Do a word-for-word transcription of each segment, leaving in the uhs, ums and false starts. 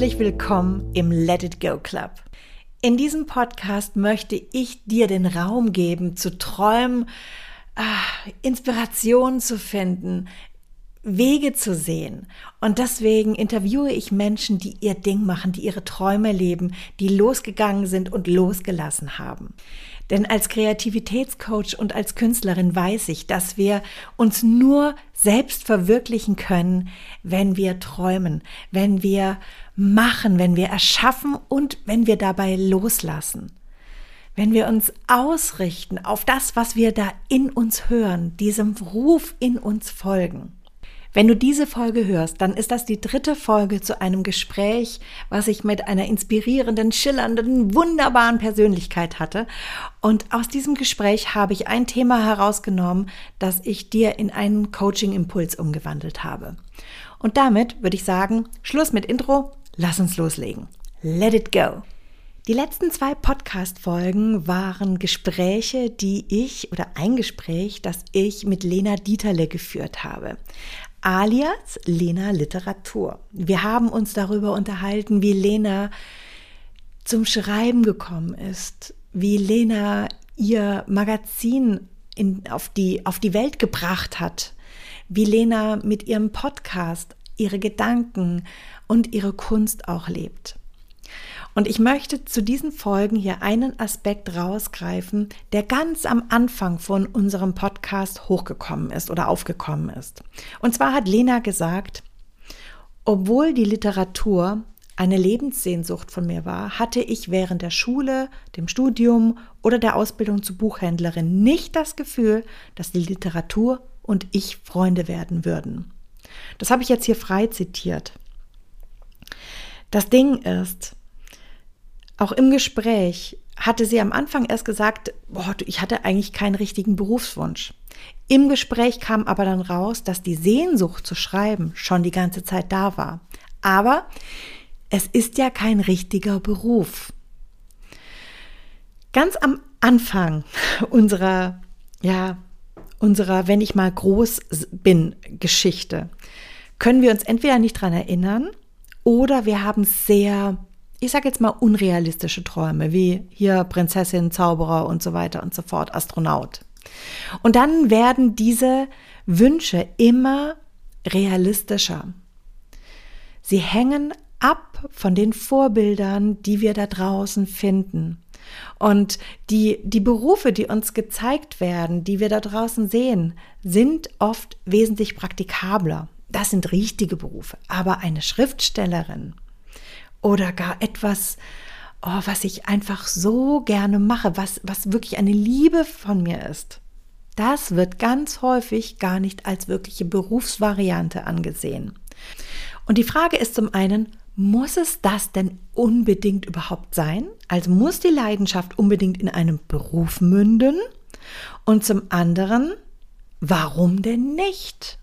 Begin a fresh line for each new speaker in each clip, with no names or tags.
Herzlich willkommen im Let It Go Club. In diesem Podcast möchte ich dir den Raum geben, zu träumen, Inspiration zu finden, Wege zu sehen. Und deswegen interviewe ich Menschen, die ihr Ding machen, die ihre Träume leben, die losgegangen sind und losgelassen haben. Denn als Kreativitätscoach und als Künstlerin weiß ich, dass wir uns nur selbst verwirklichen können, wenn wir träumen, wenn wir machen, wenn wir erschaffen und wenn wir dabei loslassen. Wenn wir uns ausrichten auf das, was wir da in uns hören, diesem Ruf in uns folgen. Wenn du diese Folge hörst, dann ist das die dritte Folge zu einem Gespräch, was ich mit einer inspirierenden, schillernden, wunderbaren Persönlichkeit hatte. Und aus diesem Gespräch habe ich ein Thema herausgenommen, das ich dir in einen Coaching-Impuls umgewandelt habe. Und damit würde ich sagen, Schluss mit Intro, lass uns loslegen. Let it go! Die letzten zwei Podcast-Folgen waren Gespräche, die ich, oder ein Gespräch, das ich mit Lena Dieterle geführt habe, alias Lena Literatur. Wir haben uns darüber unterhalten, wie Lena zum Schreiben gekommen ist, wie Lena ihr Magazin in, auf die, auf die Welt gebracht hat, wie Lena mit ihrem Podcast ihre Gedanken und ihre Kunst auch lebt. Und ich möchte zu diesen Folgen hier einen Aspekt rausgreifen, der ganz am Anfang von unserem Podcast hochgekommen ist oder aufgekommen ist. Und zwar hat Lena gesagt, obwohl die Literatur eine Lebenssehnsucht von mir war, hatte ich während der Schule, dem Studium oder der Ausbildung zur Buchhändlerin nicht das Gefühl, dass die Literatur und ich Freunde werden würden. Das habe ich jetzt hier frei zitiert. Das Ding ist, auch im Gespräch hatte sie am Anfang erst gesagt, boah, ich hatte eigentlich keinen richtigen Berufswunsch. Im Gespräch kam aber dann raus, dass die Sehnsucht zu schreiben schon die ganze Zeit da war. Aber es ist ja kein richtiger Beruf. Ganz am Anfang unserer, ja, unserer, wenn ich mal groß bin, Geschichte, können wir uns entweder nicht dran erinnern oder wir haben sehr, ich sage jetzt mal, unrealistische Träume, wie hier Prinzessin, Zauberer und so weiter und so fort, Astronaut. Und dann werden diese Wünsche immer realistischer. Sie hängen ab von den Vorbildern, die wir da draußen finden. Und die, die Berufe, die uns gezeigt werden, die wir da draußen sehen, sind oft wesentlich praktikabler. Das sind richtige Berufe. Aber eine Schriftstellerin oder gar etwas, oh, was ich einfach so gerne mache, was, was wirklich eine Liebe von mir ist, das wird ganz häufig gar nicht als wirkliche Berufsvariante angesehen. Und die Frage ist zum einen, muss es das denn unbedingt überhaupt sein? Also muss die Leidenschaft unbedingt in einem Beruf münden? Und zum anderen, warum denn nicht?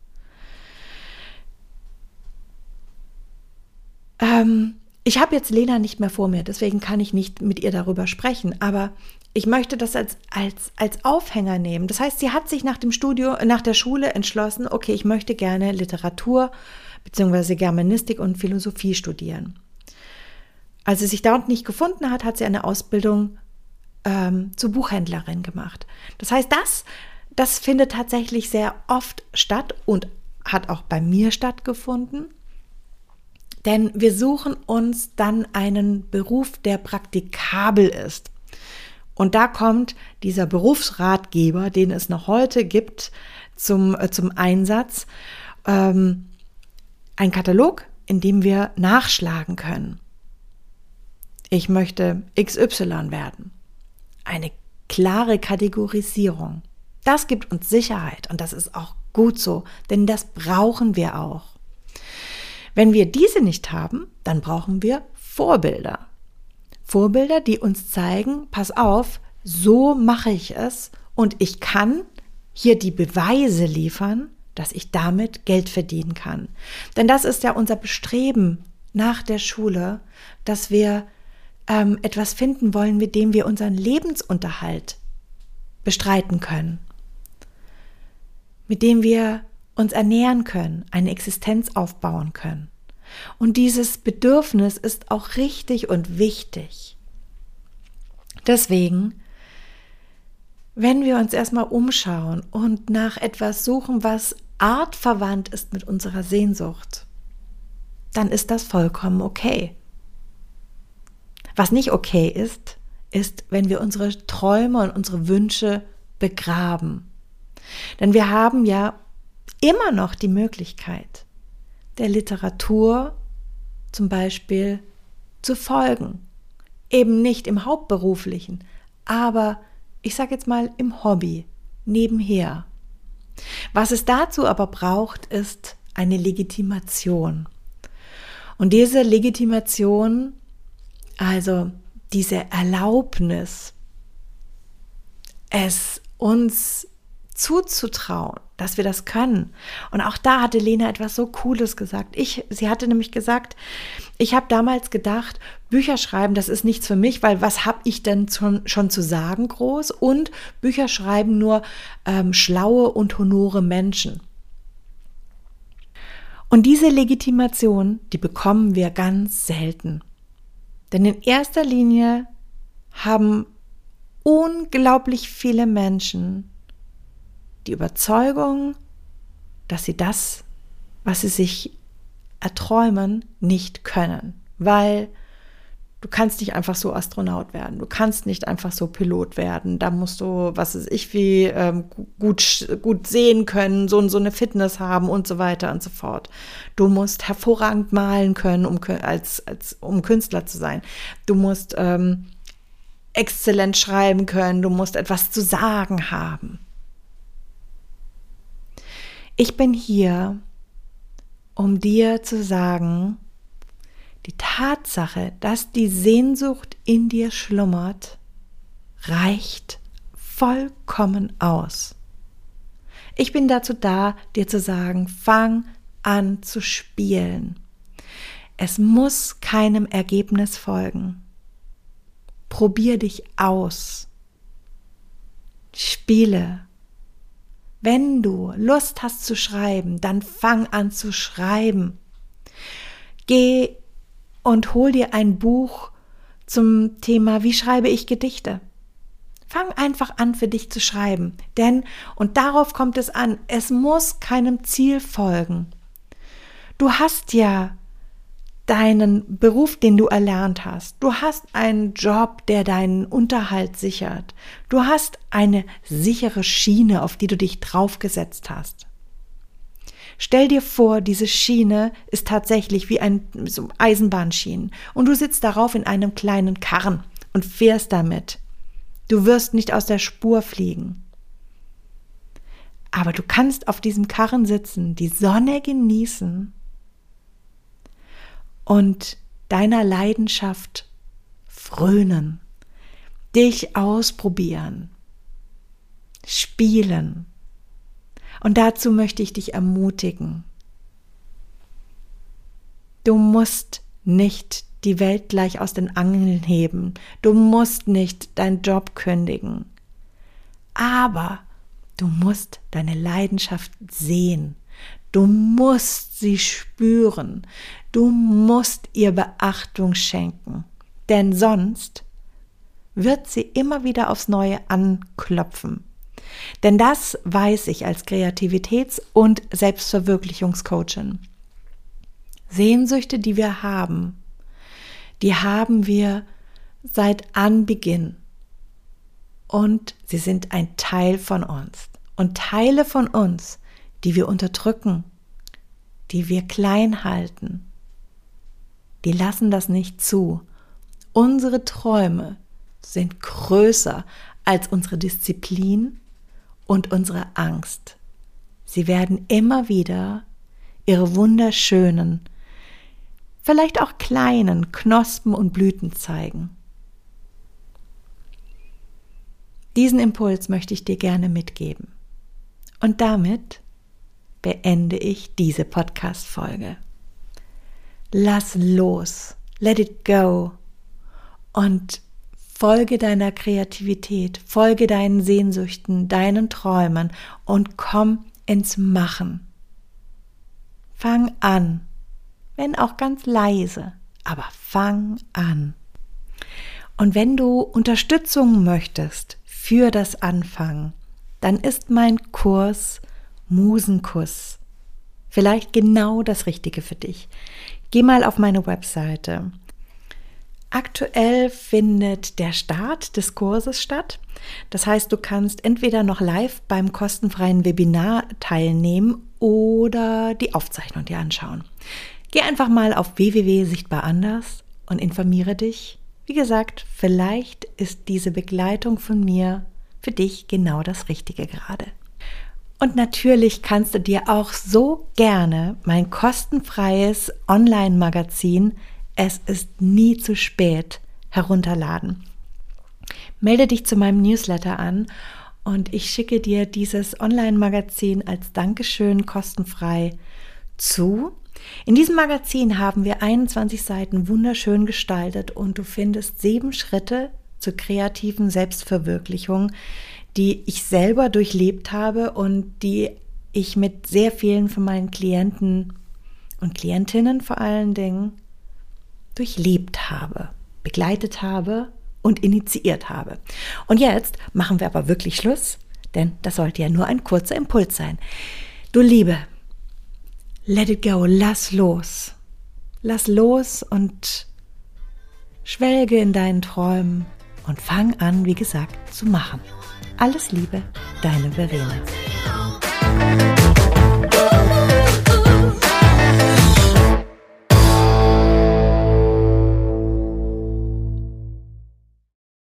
Ähm, ich habe jetzt Lena nicht mehr vor mir, deswegen kann ich nicht mit ihr darüber sprechen, aber ich möchte das als, als, als Aufhänger nehmen. Das heißt, sie hat sich nach dem Studio, nach der Schule entschlossen, okay, ich möchte gerne Literatur bzw. Germanistik und Philosophie studieren. Als sie sich dort nicht gefunden hat, hat sie eine Ausbildung ähm, zur Buchhändlerin gemacht. Das heißt, das, das findet tatsächlich sehr oft statt und hat auch bei mir stattgefunden. Denn wir suchen uns dann einen Beruf, der praktikabel ist. Und da kommt dieser Berufsratgeber, den es noch heute gibt, zum, äh, zum Einsatz. Ähm, ein Katalog, in dem wir nachschlagen können. Ich möchte X Y werden. Eine klare Kategorisierung. Das gibt uns Sicherheit und das ist auch gut so, denn das brauchen wir auch. Wenn wir diese nicht haben, dann brauchen wir Vorbilder. Vorbilder, die uns zeigen, pass auf, so mache ich es und ich kann hier die Beweise liefern, dass ich damit Geld verdienen kann. Denn das ist ja unser Bestreben nach der Schule, dass wir ähm, etwas finden wollen, mit dem wir unseren Lebensunterhalt bestreiten können, mit dem wir uns ernähren können, eine Existenz aufbauen können. Und dieses Bedürfnis ist auch richtig und wichtig. Deswegen, wenn wir uns erstmal umschauen und nach etwas suchen, was artverwandt ist mit unserer Sehnsucht, dann ist das vollkommen okay. Was nicht okay ist, ist, wenn wir unsere Träume und unsere Wünsche begraben. Denn wir haben ja immer noch die Möglichkeit, der Literatur zum Beispiel zu folgen. Eben nicht im Hauptberuflichen, aber ich sage jetzt mal im Hobby, nebenher. Was es dazu aber braucht, ist eine Legitimation. Und diese Legitimation, also diese Erlaubnis, es uns zuzutrauen, dass wir das können. Und auch da hatte Lena etwas so Cooles gesagt. Ich, sie hatte nämlich gesagt, ich habe damals gedacht, Bücher schreiben, das ist nichts für mich, weil was habe ich denn schon, schon zu sagen groß? Und Bücher schreiben nur ähm, schlaue und honore Menschen. Und diese Legitimation, die bekommen wir ganz selten. Denn in erster Linie haben unglaublich viele Menschen die Überzeugung, dass sie das, was sie sich erträumen, nicht können. Weil du kannst nicht einfach so Astronaut werden, du kannst nicht einfach so Pilot werden, da musst du, was weiß ich, wie ähm, gut, gut sehen können, so, so eine Fitness haben und so weiter und so fort. Du musst hervorragend malen können, um, als, als, um Künstler zu sein. Du musst ähm, exzellent schreiben können, du musst etwas zu sagen haben. Ich bin hier, um dir zu sagen, die Tatsache, dass die Sehnsucht in dir schlummert, reicht vollkommen aus. Ich bin dazu da, dir zu sagen, fang an zu spielen. Es muss keinem Ergebnis folgen. Probier dich aus. Spiele. Wenn du Lust hast zu schreiben, dann fang an zu schreiben. Geh und hol dir ein Buch zum Thema, wie schreibe ich Gedichte? Fang einfach an, für dich zu schreiben. Denn, und darauf kommt es an, es muss keinem Ziel folgen. Du hast ja deinen Beruf, den du erlernt hast. Du hast einen Job, der deinen Unterhalt sichert. Du hast eine sichere Schiene, auf die du dich draufgesetzt hast. Stell dir vor, diese Schiene ist tatsächlich wie ein so Eisenbahnschienen und du sitzt darauf in einem kleinen Karren und fährst damit. Du wirst nicht aus der Spur fliegen. Aber du kannst auf diesem Karren sitzen, die Sonne genießen und deiner Leidenschaft frönen, dich ausprobieren, spielen. Und dazu möchte ich dich ermutigen. Du musst nicht die Welt gleich aus den Angeln heben. Du musst nicht deinen Job kündigen. Aber du musst deine Leidenschaft sehen. Du musst sie spüren. Du musst ihr Beachtung schenken. Denn sonst wird sie immer wieder aufs Neue anklopfen. Denn das weiß ich als Kreativitäts- und Selbstverwirklichungscoachin. Sehnsüchte, die wir haben, die haben wir seit Anbeginn. Und sie sind ein Teil von uns. Und Teile von uns, die wir unterdrücken, die wir klein halten, die lassen das nicht zu. Unsere Träume sind größer als unsere Disziplin und unsere Angst. Sie werden immer wieder ihre wunderschönen, vielleicht auch kleinen Knospen und Blüten zeigen. Diesen Impuls möchte ich dir gerne mitgeben. Und damit beende ich diese Podcast-Folge. Lass los, let it go und folge deiner Kreativität, folge deinen Sehnsüchten, deinen Träumen und komm ins Machen. Fang an wenn auch ganz leise, aber fang an. Und wenn du Unterstützung möchtest für das Anfangen, dann ist mein Kurs Musenkuss vielleicht genau das Richtige für dich. Geh mal auf meine Webseite. Aktuell findet der Start des Kurses statt. Das heißt, du kannst entweder noch live beim kostenfreien Webinar teilnehmen oder die Aufzeichnung dir anschauen. Geh einfach mal auf w w w punkt sichtbar anders und informiere dich. Wie gesagt, vielleicht ist diese Begleitung von mir für dich genau das Richtige gerade. Und natürlich kannst du dir auch so gerne mein kostenfreies Online-Magazin Es ist nie zu spät herunterladen. Melde dich zu meinem Newsletter an und ich schicke dir dieses Online-Magazin als Dankeschön kostenfrei zu. In diesem Magazin haben wir einundzwanzig Seiten wunderschön gestaltet und du findest sieben Schritte zur kreativen Selbstverwirklichung, die ich selber durchlebt habe und die ich mit sehr vielen von meinen Klienten und Klientinnen vor allen Dingen durchlebt habe, begleitet habe und initiiert habe. Und jetzt machen wir aber wirklich Schluss, denn das sollte ja nur ein kurzer Impuls sein. Du Liebe, let it go, lass los. Lass los und schwelge in deinen Träumen und fang an, wie gesagt, zu machen. Alles Liebe, deine Verena.